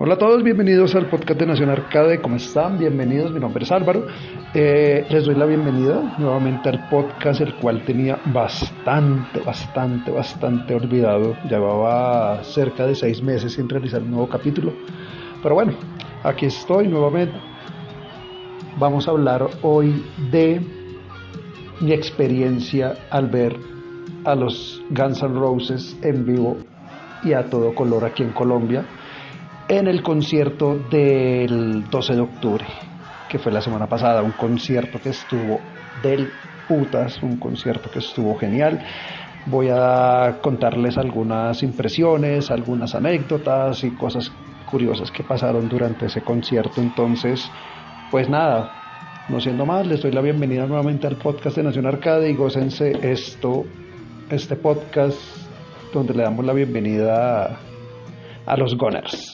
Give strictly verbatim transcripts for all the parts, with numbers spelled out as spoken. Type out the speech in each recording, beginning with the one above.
Hola a todos, bienvenidos al podcast de Nación Arcade. ¿Cómo están? Bienvenidos, mi nombre es Álvaro. Eh, les doy la bienvenida nuevamente al podcast, el cual tenía bastante, bastante, bastante olvidado. Llevaba cerca de seis meses sin realizar un nuevo capítulo. Pero bueno, aquí estoy nuevamente. Vamos a hablar hoy de mi experiencia al ver a los Guns N' Roses en vivo y a todo color aquí en Colombia, en el concierto del doce de octubre, que fue la semana pasada, un concierto que estuvo del putas, un concierto que estuvo genial. Voy a contarles algunas impresiones, algunas anécdotas y cosas curiosas que pasaron durante ese concierto. Entonces, pues nada, no siendo más, les doy la bienvenida nuevamente al podcast de Nación Arcade y gócense esto, este podcast donde le damos la bienvenida a, a los Gunners.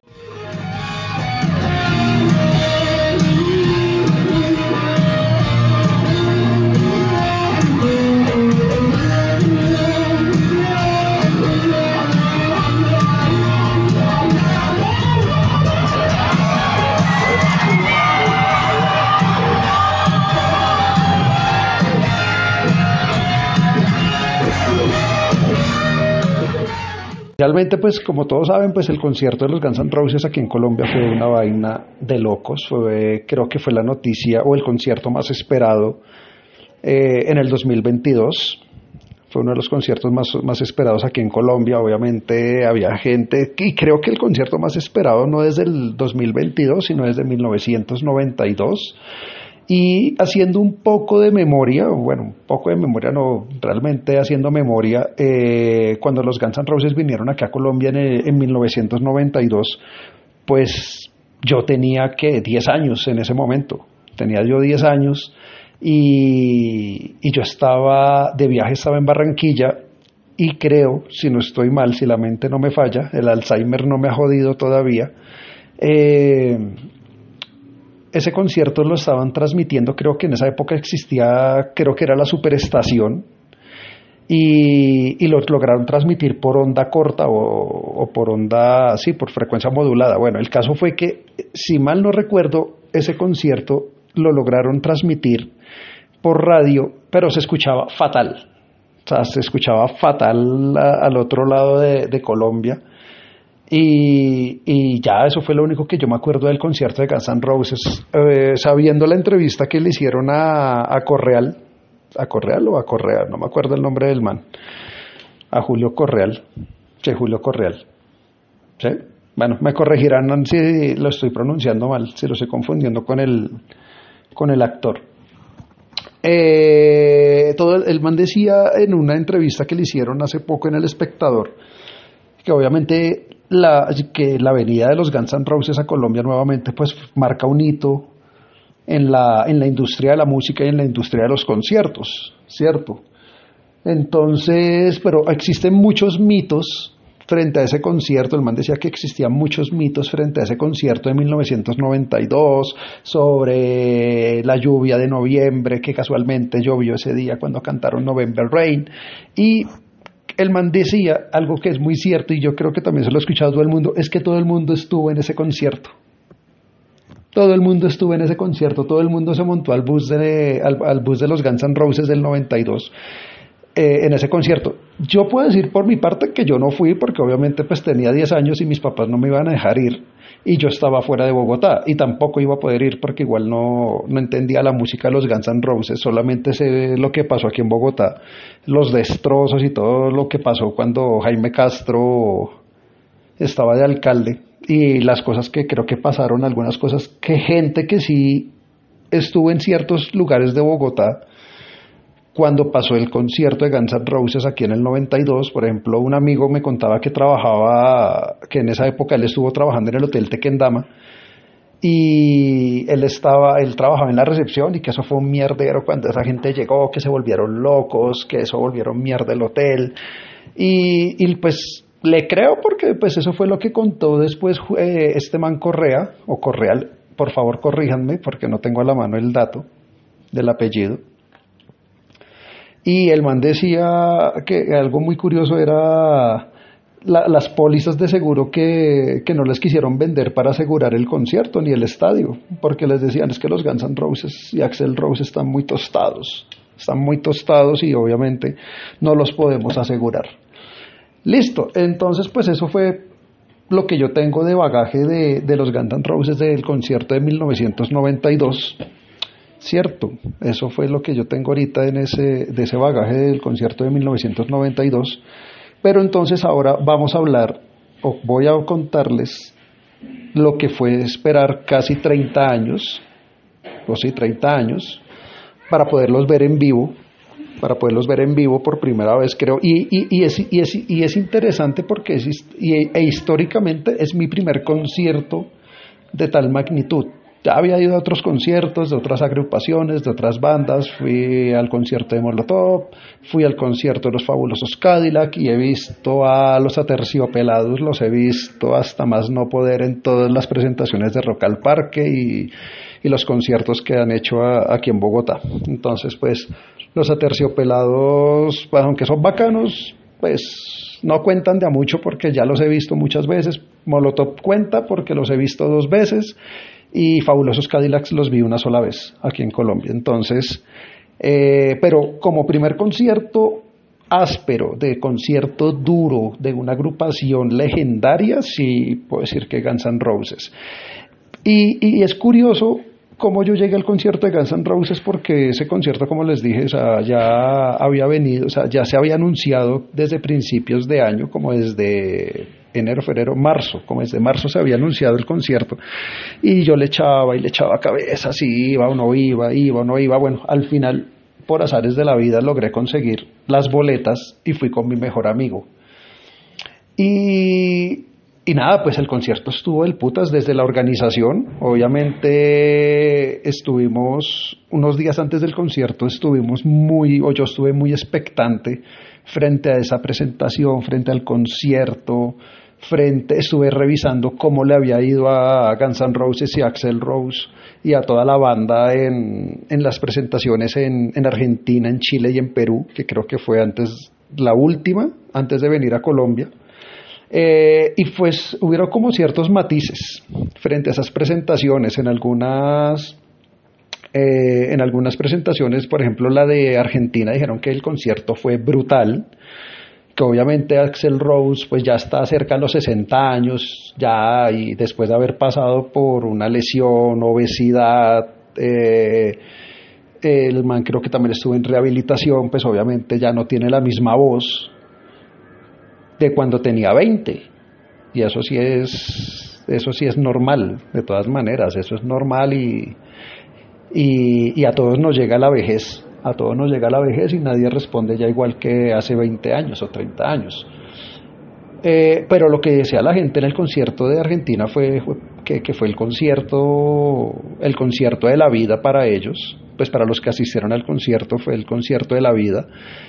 Realmente, pues como todos saben, pues el concierto de los Guns N' Roses aquí en Colombia fue una vaina de locos. Fue, creo que fue la noticia o el concierto más esperado eh, en el dos mil veintidós. Fue uno de los conciertos más, más esperados aquí en Colombia. Obviamente había gente, y creo que el concierto más esperado no desde el dos mil veintidós, sino desde mil novecientos noventa y dos. Y haciendo un poco de memoria, bueno, un poco de memoria, no, realmente haciendo memoria, eh, cuando los Guns N' Roses vinieron acá a Colombia en, el, en mil novecientos noventa y dos, pues yo tenía que diez años en ese momento, tenía yo diez años y, y yo estaba de viaje, estaba en Barranquilla y creo, si no estoy mal, si la mente no me falla, el Alzheimer no me ha jodido todavía, eh... ese concierto lo estaban transmitiendo, creo que en esa época existía, creo que era la Superestación, y, y lo lograron transmitir por onda corta o, o por onda, sí, por frecuencia modulada. Bueno, el caso fue que, si mal no recuerdo, ese concierto lo lograron transmitir por radio, pero se escuchaba fatal, o sea, se escuchaba fatal a, al otro lado de, de Colombia. Y, y ya eso fue lo único que yo me acuerdo del concierto de Guns N' Roses, eh, sabiendo la entrevista que le hicieron a, a Correal, a Correal o a Correa, no me acuerdo el nombre del man, a Julio Correal, sí, Julio Correal, ¿sí? Bueno, me corregirán si lo estoy pronunciando mal, si lo estoy confundiendo con el, con el actor. Eh, todo el, el man decía en una entrevista que le hicieron hace poco en El Espectador, que obviamente la, que la venida de los Guns N' Roses a Colombia nuevamente pues marca un hito en la, en la industria de la música y en la industria de los conciertos, ¿cierto? Entonces, pero existen muchos mitos frente a ese concierto. El man decía que existían muchos mitos frente a ese concierto de mil novecientos noventa y dos sobre la lluvia de noviembre, que casualmente llovió ese día cuando cantaron November Rain, y el man decía algo que es muy cierto y yo creo que también se lo ha escuchado todo el mundo, es que todo el mundo estuvo en ese concierto. Todo el mundo estuvo en ese concierto, todo el mundo se montó al bus de, al, al bus de los Guns N' Roses del noventa y dos eh, en ese concierto. Yo puedo decir por mi parte que yo no fui porque obviamente pues tenía diez años y mis papás no me iban a dejar ir y yo estaba fuera de Bogotá y tampoco iba a poder ir porque igual no, no entendía la música de los Guns N' Roses, solamente sé lo que pasó aquí en Bogotá, los destrozos y todo lo que pasó cuando Jaime Castro estaba de alcalde y las cosas que creo que pasaron, algunas cosas que gente que sí estuvo en ciertos lugares de Bogotá cuando pasó el concierto de Guns N' Roses aquí en el noventa y dos, por ejemplo, un amigo me contaba que trabajaba, que en esa época él estuvo trabajando en el Hotel Tequendama y él estaba, él trabajaba en la recepción y que eso fue un mierdero cuando esa gente llegó, que se volvieron locos, que eso volvieron mierda el hotel y, y pues le creo porque pues eso fue lo que contó después eh, este man Correa o Correal, por favor corríjanme porque no tengo a la mano el dato del apellido. Y el man decía que algo muy curioso era la, las pólizas de seguro que, que no les quisieron vender para asegurar el concierto ni el estadio, porque les decían es que los Guns N' Roses y Axl Rose están muy tostados, están muy tostados y obviamente no los podemos asegurar. Listo, entonces pues eso fue lo que yo tengo de bagaje de, de los Guns N' Roses del concierto de mil novecientos noventa y dos. Cierto, eso fue lo que yo tengo ahorita en ese, de ese bagaje del concierto de mil novecientos noventa y dos. Pero entonces ahora vamos a hablar, o voy a contarles lo que fue esperar casi treinta años, o sí, treinta años, para poderlos ver en vivo, para poderlos ver en vivo por primera vez, creo. Y, y, y, es, y, es, y es interesante porque es, y, e históricamente es mi primer concierto de tal magnitud. Ya había ido a otros conciertos de otras agrupaciones, de otras bandas, fui al concierto de Molotov, fui al concierto de los Fabulosos Cadillac y he visto a los Aterciopelados, los he visto hasta más no poder en todas las presentaciones de Rock al Parque y, y los conciertos que han hecho a, aquí en Bogotá. Entonces, pues, los Aterciopelados, pues, aunque son bacanos, pues no cuentan de a mucho porque ya los he visto muchas veces. Molotov cuenta porque los he visto dos veces. Y Fabulosos Cadillacs los vi una sola vez aquí en Colombia. Entonces, eh, pero como primer concierto áspero, de concierto duro, de una agrupación legendaria, sí puedo decir que Guns N' Roses. Y, y es curioso cómo yo llegué al concierto de Guns N' Roses, porque ese concierto, como les dije, o sea, ya había venido, o sea, ya se había anunciado desde principios de año, como desde enero, febrero, marzo, como desde marzo se había anunciado el concierto, y yo le echaba y le echaba cabeza, si iba o no iba, iba o no iba. Bueno, al final, por azares de la vida, logré conseguir las boletas y fui con mi mejor amigo. Y, y nada, pues el concierto estuvo del putas desde la organización. Obviamente estuvimos, unos días antes del concierto, estuvimos muy, o yo estuve muy expectante frente a esa presentación, frente al concierto, frente, estuve revisando cómo le había ido a Guns N' Roses y a Axl Rose y a toda la banda en, en las presentaciones en, en Argentina, en Chile y en Perú, que creo que fue antes, la última, antes de venir a Colombia. Eh, y pues hubieron como ciertos matices frente a esas presentaciones. En algunas eh, en algunas presentaciones, por ejemplo la de Argentina, dijeron que el concierto fue brutal, que obviamente Axl Rose pues ya está cerca de los sesenta años ya, y después de haber pasado por una lesión, obesidad, eh, el man creo que también estuvo en rehabilitación, pues obviamente ya no tiene la misma voz de cuando tenía veinte, y eso sí es eso sí es normal, de todas maneras, eso es normal, y, y, y a todos nos llega la vejez, a todos nos llega la vejez y nadie responde ya igual que hace veinte años o treinta años. Eh, pero lo que decía la gente en el concierto de Argentina fue, fue que, que fue el concierto, el concierto de la vida para ellos, pues para los que asistieron al concierto fue el concierto de la vida.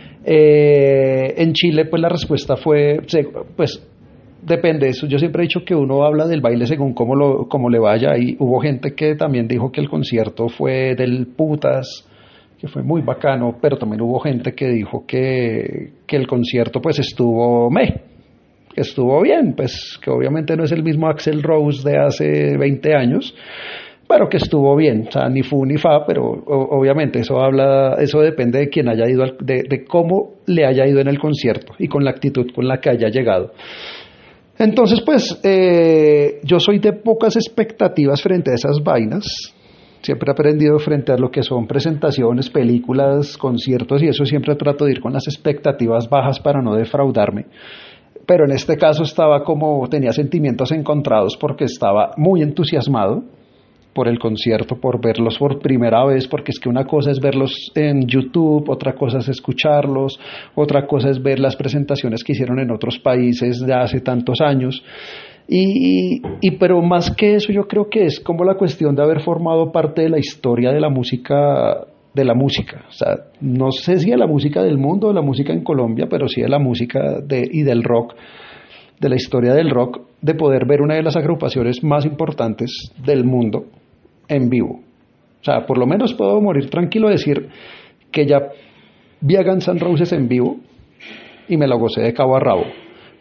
Eh, en Chile pues la respuesta fue, pues depende de eso. Yo siempre he dicho que uno habla del baile según cómo, lo, cómo le vaya, y hubo gente que también dijo que el concierto fue del putas, que fue muy bacano, pero también hubo gente que dijo que, que el concierto pues estuvo meh, que estuvo bien, pues que obviamente no es el mismo Axl Rose de hace veinte años, pero que estuvo bien, o sea, ni fu ni fa, pero o, obviamente eso habla, eso depende de quien haya ido, al, de, de cómo le haya ido en el concierto y con la actitud con la que haya llegado. Entonces, pues, eh, yo soy de pocas expectativas frente a esas vainas. Siempre he aprendido frente a lo que son presentaciones, películas, conciertos, y eso siempre trato de ir con las expectativas bajas para no defraudarme. Pero en este caso estaba como, tenía sentimientos encontrados porque estaba muy entusiasmado por el concierto, por verlos por primera vez, porque es que una cosa es verlos en YouTube, otra cosa es escucharlos, otra cosa es ver las presentaciones que hicieron en otros países de hace tantos años. Y, y pero más que eso, yo creo que es como la cuestión de haber formado parte de la historia de la música, de la música, o sea, no sé si de la música del mundo, de la música en Colombia, pero sí de la música de, y del rock, de la historia del rock, de poder ver una de las agrupaciones más importantes del mundo en vivo. O sea, por lo menos puedo morir tranquilo decir que ya vi a Guns N' Roses en vivo y me lo gocé de cabo a rabo.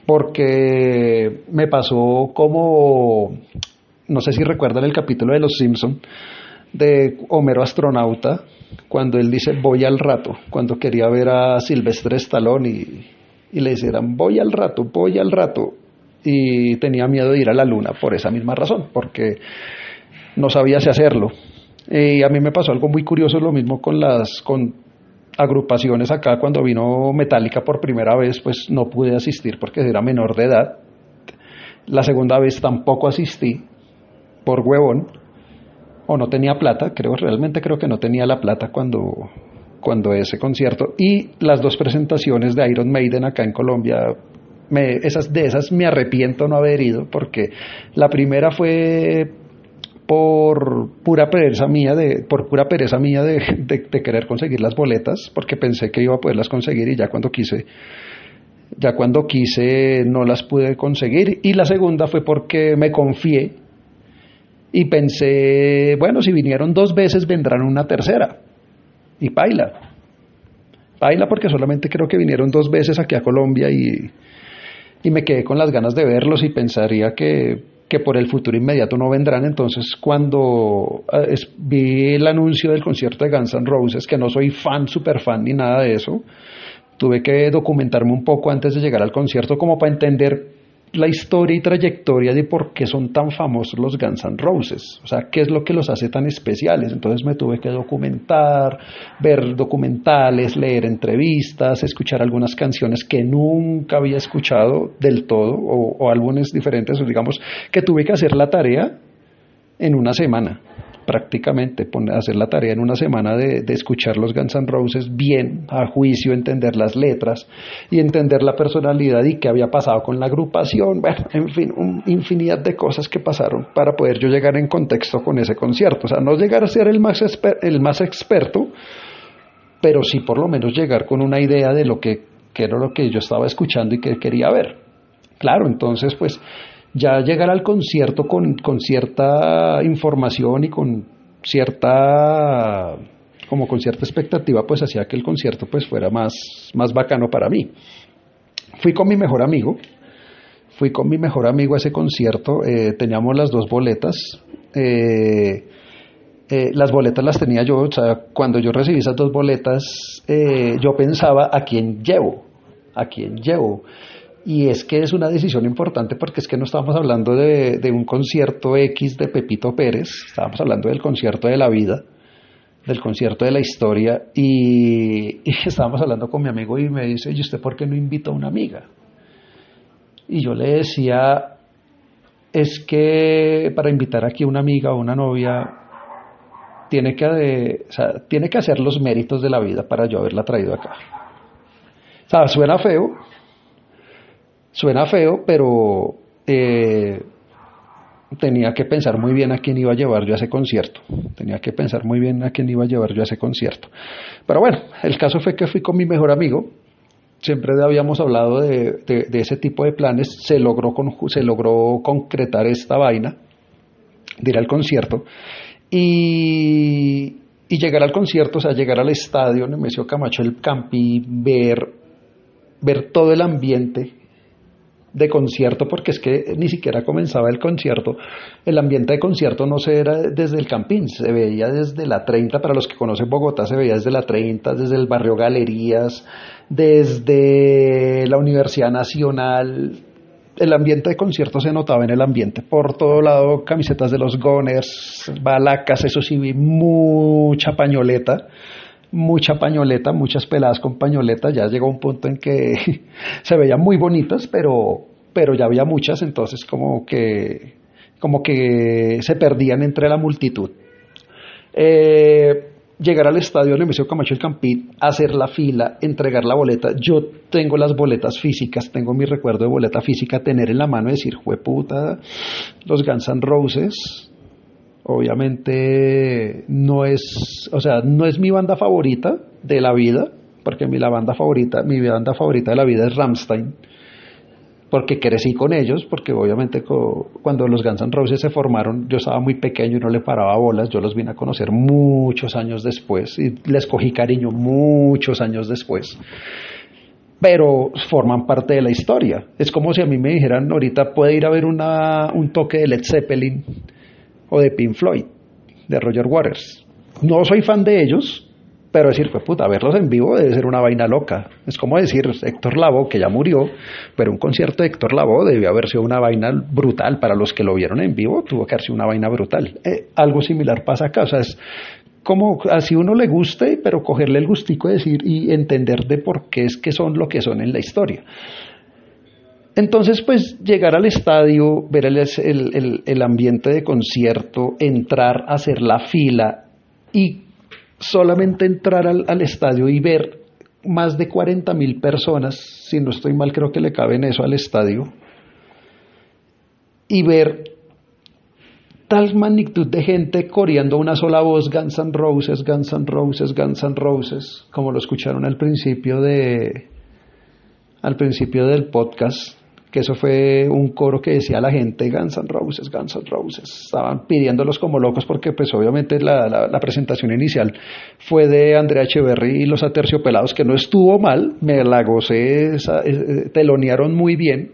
porque me pasó como, no sé si recuerdan el capítulo de Los Simpson de Homero astronauta, cuando él dice voy al rato, cuando quería ver a Sylvester Stallone y, y le decían voy al rato, voy al rato, y tenía miedo de ir a la luna por esa misma razón, porque no sabía si hacerlo. Y a mí me pasó algo muy curioso, lo mismo con las con agrupaciones acá. Cuando vino Metallica por primera vez, pues no pude asistir porque era menor de edad. La segunda vez tampoco asistí por huevón, o no tenía plata, creo, realmente creo que no tenía la plata cuando, cuando ese concierto. Y las dos presentaciones de Iron Maiden acá en Colombia, me, esas, de esas me arrepiento no haber ido, porque la primera fue por pura pereza mía de por pura pereza mía de, de, de querer conseguir las boletas, porque pensé que iba a poderlas conseguir y ya cuando quise ya cuando quise no las pude conseguir. Y la segunda fue porque me confié y pensé, bueno, si vinieron dos veces vendrán una tercera, y paila paila porque solamente creo que vinieron dos veces aquí a Colombia, y, y me quedé con las ganas de verlos y pensaría que que por el futuro inmediato no vendrán. Entonces, cuando eh, es, vi el anuncio del concierto de Guns N' Roses, que no soy fan, super fan ni nada de eso, tuve que documentarme un poco antes de llegar al concierto como para entender la historia y trayectoria de por qué son tan famosos los Guns N' Roses, o sea, qué es lo que los hace tan especiales. Entonces me tuve que documentar, ver documentales, leer entrevistas, escuchar algunas canciones que nunca había escuchado del todo, o, o álbumes diferentes, o digamos que tuve que hacer la tarea en una semana, prácticamente poner, hacer la tarea en una semana de, de escuchar los Guns N' Roses bien, a juicio, entender las letras y entender la personalidad y qué había pasado con la agrupación. Bueno, en fin, un, infinidad de cosas que pasaron para poder yo llegar en contexto con ese concierto. O sea, no llegar a ser el más, exper el más experto, pero sí por lo menos llegar con una idea de lo que, que era lo que yo estaba escuchando y que quería ver. Claro, entonces pues ya llegar al concierto con, con cierta información y con cierta como con cierta expectativa, pues hacía que el concierto pues fuera más, más bacano para mí. Fui con mi mejor amigo, fui con mi mejor amigo a ese concierto, eh, teníamos las dos boletas, eh, eh, las boletas las tenía yo, o sea, cuando yo recibí esas dos boletas, eh, yo pensaba a quién llevo, a quién llevo. Y es que es una decisión importante, porque es que no estábamos hablando de, de un concierto X de Pepito Pérez, estábamos hablando del concierto de la vida, del concierto de la historia, y, y estábamos hablando con mi amigo y me dice, ¿y usted por qué no invita a una amiga? Y yo le decía, es que para invitar aquí a una amiga o una novia, tiene que, de, o sea, tiene que hacer los méritos de la vida para yo haberla traído acá. O sea, suena feo, Suena feo, pero eh, tenía que pensar muy bien a quién iba a llevar yo a ese concierto. Tenía que pensar muy bien a quién iba a llevar yo a ese concierto. Pero bueno, el caso fue que fui con mi mejor amigo. Siempre habíamos hablado de, de, de ese tipo de planes. Se logró, con, se logró concretar esta vaina de ir al concierto. Y, y llegar al concierto, o sea, llegar al estadio Nemesio Camacho, el Campín, ver, ver todo el ambiente de concierto, porque es que ni siquiera comenzaba el concierto. El ambiente de concierto no se era desde el Campín, se veía desde la treinta. Para los que conocen Bogotá, se veía desde la treinta, desde el barrio Galerías, desde la Universidad Nacional. El ambiente de concierto se notaba en el ambiente, por todo lado, camisetas de los Gunners, balacas, eso sí, vi mucha pañoleta, mucha pañoleta, muchas peladas con pañoleta. Ya llegó un punto en que se veían muy bonitas, pero, pero ya había muchas, entonces como que, como que se perdían entre la multitud. Eh, llegar al estadio Nemesio Camacho el Campín, hacer la fila, entregar la boleta. Yo tengo las boletas físicas, tengo mi recuerdo de boleta física, tener en la mano y decir, jueputa, los Guns N' Roses. Obviamente no es, o sea, no es mi banda favorita de la vida, porque mi la banda favorita, mi banda favorita de la vida es Rammstein, porque crecí con ellos, porque obviamente cuando los Guns N' Roses se formaron yo estaba muy pequeño y no le paraba bolas. Yo los vine a conocer muchos años después y les cogí cariño muchos años después. pero forman parte de la historia. Es como si a mí me dijeran, ahorita puede ir a ver una, un toque de Led Zeppelin o de Pink Floyd, de Roger Waters. No soy fan de ellos, pero decir, pues puta, verlos en vivo debe ser una vaina loca. Es como decir, Héctor Lavoe, que ya murió, pero un concierto de Héctor Lavoe debió haber sido una vaina brutal. Para los que lo vieron en vivo, tuvo que haber sido una vaina brutal. Eh, algo similar pasa acá, o sea, es como así uno le guste, pero cogerle el gustico y decir y entender de por qué es que son lo que son en la historia. Entonces, pues llegar al estadio, ver el, el, el, el ambiente de concierto, entrar, hacer la fila y solamente entrar al, al estadio y ver más de cuarenta mil personas, si no estoy mal creo que le caben eso al estadio, y ver tal magnitud de gente coreando una sola voz, Guns N' Roses, Guns N' Roses, Guns N' Roses, como lo escucharon al principio de al principio del podcast, que eso fue un coro que decía la gente, Guns N' Roses, Guns N' Roses, estaban pidiéndolos como locos porque pues obviamente la, la, la presentación inicial fue de Andrea Echeverry y los Aterciopelados, que no estuvo mal, me la gocé, esa, eh, telonearon muy bien,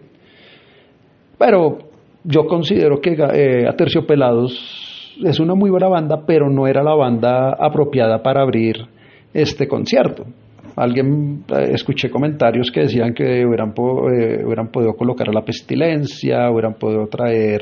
pero yo considero que eh, Aterciopelados es una muy buena banda, pero no era la banda apropiada para abrir este concierto. Alguien, eh, escuché comentarios que decían que hubieran, po, eh, hubieran podido colocar a La Pestilencia, hubieran podido traer,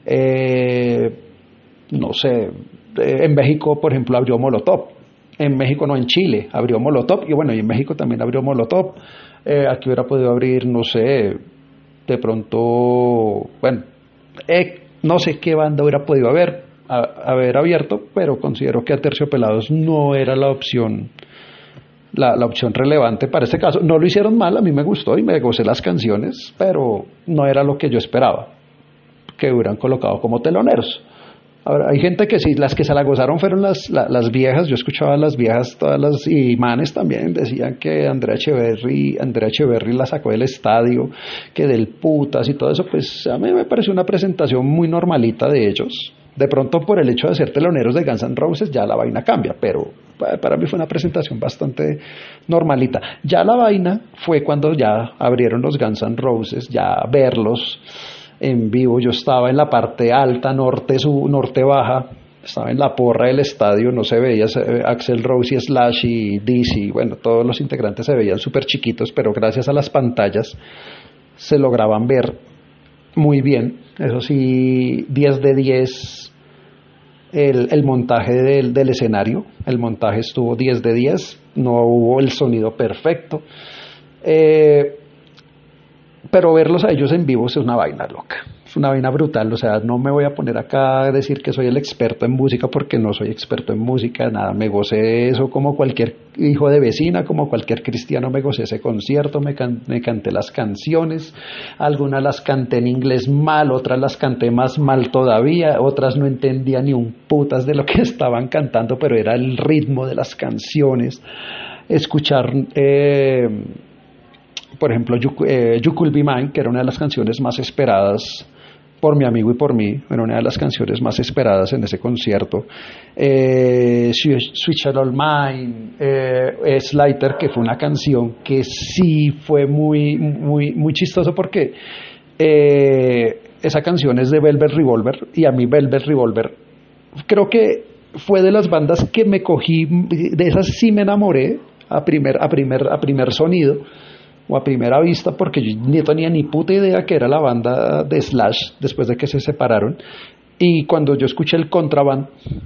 eh, no sé, eh, en México, por ejemplo, abrió Molotov. En México no, en Chile abrió Molotov, y bueno, y en México también abrió Molotov. Eh, aquí hubiera podido abrir, no sé, de pronto, bueno, eh, no sé qué banda hubiera podido haber, a, haber abierto, pero considero que Aterciopelados no era la opción. La, la opción relevante para este caso. No lo hicieron mal, a mí me gustó y me gocé las canciones, pero no era lo que yo esperaba que hubieran colocado como teloneros. Ahora, hay gente que sí, las que se la gozaron fueron las, la, las viejas. Yo escuchaba a las viejas, todas las imanes también decían que Andrea Echeverry, Andrea Echeverry la sacó del estadio, que del putas y todo eso. Pues a mí me pareció una presentación muy normalita de ellos. De pronto, por el hecho de ser teloneros de Guns N' Roses, ya la vaina cambia, pero para mí fue una presentación bastante normalita. Ya la vaina fue cuando ya abrieron los Guns N' Roses, ya verlos en vivo. Yo estaba en la parte alta, norte, su, norte baja, estaba en la porra del estadio, no se veía Axl Rose y Slash y Dizzy, bueno, todos los integrantes se veían súper chiquitos, pero gracias a las pantallas se lograban ver muy bien. Eso sí, diez de diez el, el montaje del, del escenario, el montaje estuvo diez de diez, no hubo el sonido perfecto, eh, pero verlos a ellos en vivo es una vaina loca, es una vaina brutal. O sea, no me voy a poner acá a decir que soy el experto en música, porque no soy experto en música, nada, me gocé eso como cualquier hijo de vecina, como cualquier cristiano me gocé ese concierto, me, can, me canté las canciones, algunas las canté en inglés mal, otras las canté más mal todavía, otras no entendía ni un putas de lo que estaban cantando, pero era el ritmo de las canciones. Escuchar eh, por ejemplo, You, eh, You Could Be Mine, que era una de las canciones más esperadas por mi amigo y por mí, era una de las canciones más esperadas en ese concierto. eh, Sweet Child Mine, eh, Slider, que fue una canción que sí fue muy, muy, muy chistoso, porque eh, esa canción es de Velvet Revolver, y a mí Velvet Revolver creo que fue de las bandas que me cogí, de esas sí me enamoré a primer, a primer, a primer sonido, o a primera vista, porque yo ni tenía ni puta idea que era la banda de Slash después de que se separaron. Y cuando yo escuché el Contraband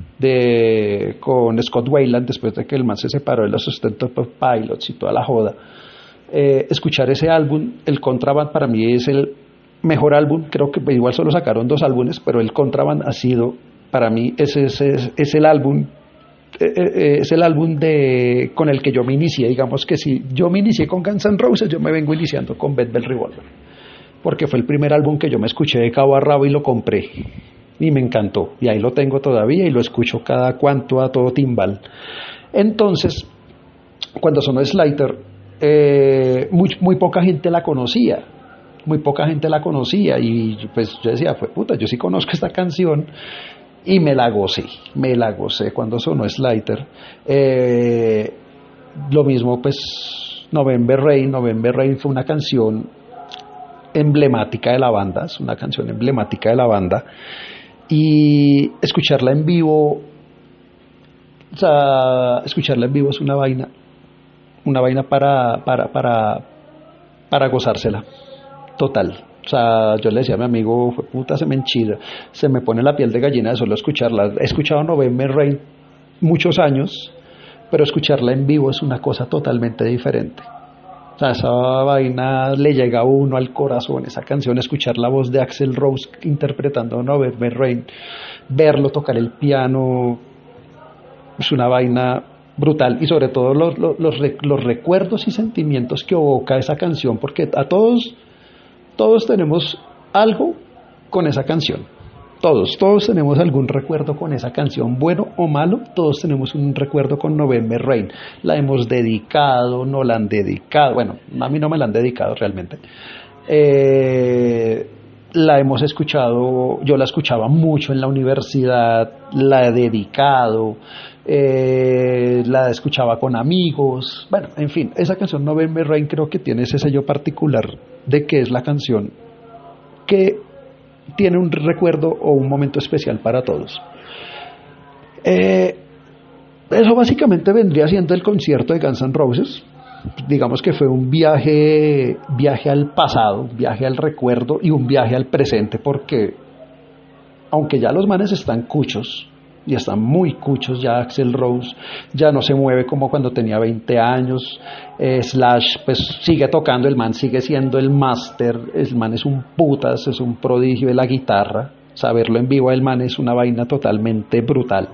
de, con Scott Weiland, después de que el man se separó de los Stone Temple Pilots y toda la joda, eh, escuchar ese álbum, el Contraband, para mí es el mejor álbum. Creo que igual solo sacaron dos álbumes, pero el Contraband ha sido, para mí, ese, ese, es, es el álbum es el álbum de, con el que yo me inicié. Digamos que si yo me inicié con Guns N' Roses, yo me vengo iniciando con Velvet Revolver, porque fue el primer álbum que yo me escuché de cabo a rabo y lo compré y me encantó, y ahí lo tengo todavía y lo escucho cada cuanto a todo timbal. Entonces, cuando sonó Slider, eh, muy, muy poca gente la conocía, muy poca gente la conocía y pues yo decía, fue puta, yo sí conozco esta canción. Y me la gocé, me la gocé cuando sonó Slider. Eh, lo mismo, pues, November Rain. November Rain fue una canción emblemática de la banda, es una canción emblemática de la banda, y escucharla en vivo, o sea, escucharla en vivo es una vaina, una vaina para, para, para, para gozársela, total. O sea, yo le decía a mi amigo, fue puta, se me enchila, se me pone la piel de gallina de solo escucharla. He escuchado November Rain muchos años, pero escucharla en vivo es una cosa totalmente diferente. O sea, esa vaina le llega a uno al corazón, esa canción, escuchar la voz de Axl Rose interpretando November Rain, verlo tocar el piano, es una vaina brutal, y sobre todo los, los, los, los recuerdos y sentimientos que evoca esa canción, porque a todos, todos tenemos algo con esa canción. Todos, todos tenemos algún recuerdo con esa canción, bueno o malo, todos tenemos un recuerdo con November Rain. La hemos dedicado, no la han dedicado, bueno, a mí no me la han dedicado realmente. Eh, la hemos escuchado, yo la escuchaba mucho en la universidad, la he dedicado, eh, la escuchaba con amigos, bueno, en fin, esa canción November Rain creo que tiene ese sello particular de que es la canción que tiene un recuerdo o un momento especial para todos. Eh, eso básicamente vendría siendo el concierto de Guns N' Roses. Digamos que fue un viaje, viaje al pasado, un viaje al recuerdo y un viaje al presente, porque aunque ya los manes están cuchos, y están muy cuchos ya, Axl Rose ya no se mueve como cuando tenía veinte años, eh, Slash pues sigue tocando, el man sigue siendo el máster, el man es un putas, es un prodigio de la guitarra, saberlo en vivo el man es una vaina totalmente brutal.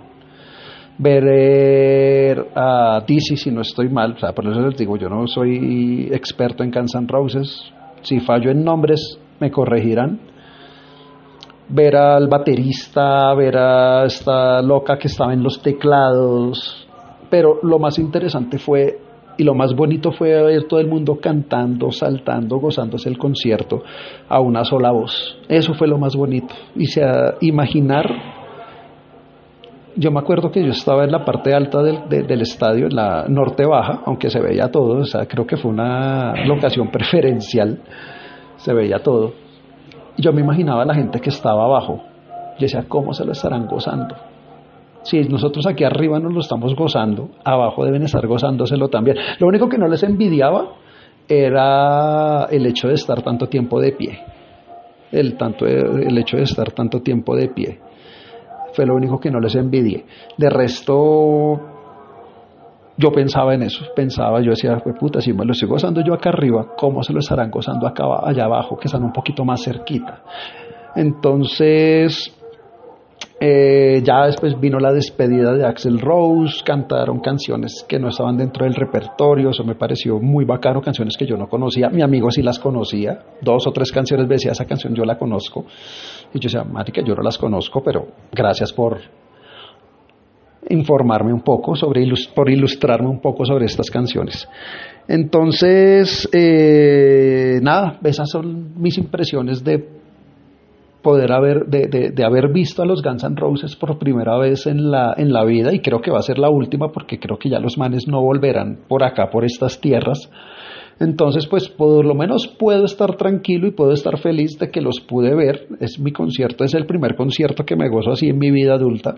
Ver a Dizzy, si no estoy mal, o sea, por eso les digo, yo no soy experto en Guns N' Roses, si fallo en nombres me corregirán. Ver al baterista, ver a esta loca que estaba en los teclados, pero lo más interesante fue, y lo más bonito fue ver todo el mundo cantando, saltando, gozándose el concierto a una sola voz. Eso fue lo más bonito. Y sea, imaginar, yo me acuerdo que yo estaba en la parte alta del, de, del estadio, en la norte baja, aunque se veía todo, o sea, creo que fue una locación preferencial, se veía todo. Yo me imaginaba a la gente que estaba abajo. Yo decía, ¿cómo se lo estarán gozando? Si nosotros aquí arriba nos lo estamos gozando, abajo deben estar gozándoselo también. Lo único que no les envidiaba era el hecho de estar tanto tiempo de pie. El, tanto, el hecho de estar tanto tiempo de pie. Fue lo único que no les envidié. De resto, yo pensaba en eso, pensaba, yo decía, puta, si me lo estoy gozando yo acá arriba, ¿cómo se lo estarán gozando acá allá abajo, que están un poquito más cerquita? Entonces, eh, ya después vino la despedida de Axl Rose, cantaron canciones que no estaban dentro del repertorio, eso me pareció muy bacano, canciones que yo no conocía, mi amigo sí las conocía, dos o tres canciones decía, esa canción yo la conozco, y yo decía, marica, yo no las conozco, pero gracias por informarme un poco sobre, por ilustrarme un poco sobre estas canciones. Entonces, eh, nada, esas son mis impresiones de poder haber, de, de, de haber visto a los Guns N' Roses por primera vez en la, en la vida, y creo que va a ser la última porque creo que ya los manes no volverán por acá, por estas tierras. Entonces, pues por lo menos puedo estar tranquilo y puedo estar feliz de que los pude ver. Es mi concierto, es el primer concierto que me gozo así en mi vida adulta.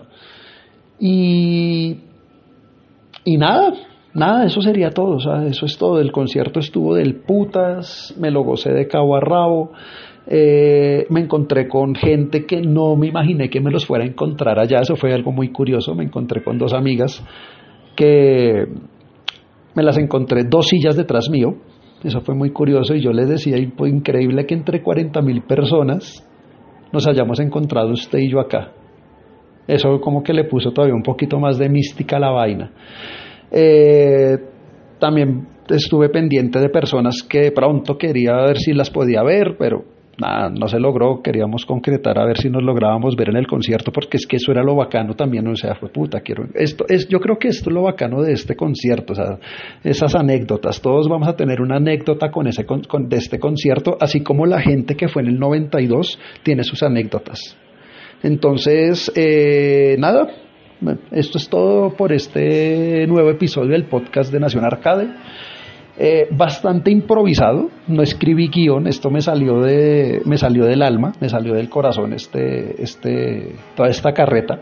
Y, y nada, nada, eso sería todo, o sea, eso es todo. El concierto estuvo del putas, me lo gocé de cabo a rabo, eh, me encontré con gente que no me imaginé que me los fuera a encontrar allá, eso fue algo muy curioso. Me encontré con dos amigas que me las encontré dos sillas detrás mío, eso fue muy curioso, y yo les decía, fue increíble que entre cuarenta mil personas nos hayamos encontrado usted y yo acá. Eso como que le puso todavía un poquito más de mística a la vaina. Eh, también estuve pendiente de personas que de pronto quería ver si las podía ver, pero nada, no se logró. Queríamos concretar a ver si nos lográbamos ver en el concierto, porque es que eso era lo bacano también. O sea, fue puta, quiero esto es, yo creo que esto es lo bacano de este concierto, o sea, esas anécdotas. Todos vamos a tener una anécdota con ese con, con, de este concierto, así como la gente que fue en el noventa y dos tiene sus anécdotas. Entonces, eh, nada, esto es todo por este nuevo episodio del podcast de Nación Arcade. Eh, bastante improvisado, no escribí guión, esto me salió de, me salió del alma, me salió del corazón, este, este, toda esta carreta.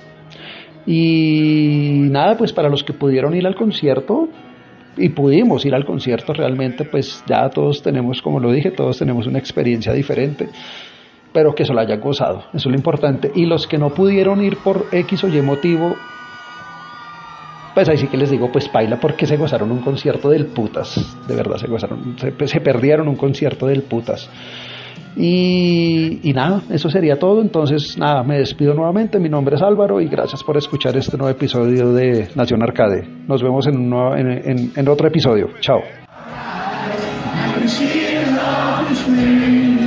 Y nada, pues para los que pudieron ir al concierto, y pudimos ir al concierto realmente, pues ya todos tenemos, como lo dije, todos tenemos una experiencia diferente, pero que se lo hayan gozado, eso es lo importante. Y los que no pudieron ir por X o Y motivo, pues ahí sí que les digo, pues paila, porque se gozaron un concierto del putas, de verdad se gozaron, se, se perdieron un concierto del putas. Y, y nada, eso sería todo. Entonces nada, me despido nuevamente, mi nombre es Álvaro y gracias por escuchar este nuevo episodio de Nación Arcade. Nos vemos en, un nuevo, en, en, en otro episodio. Chao.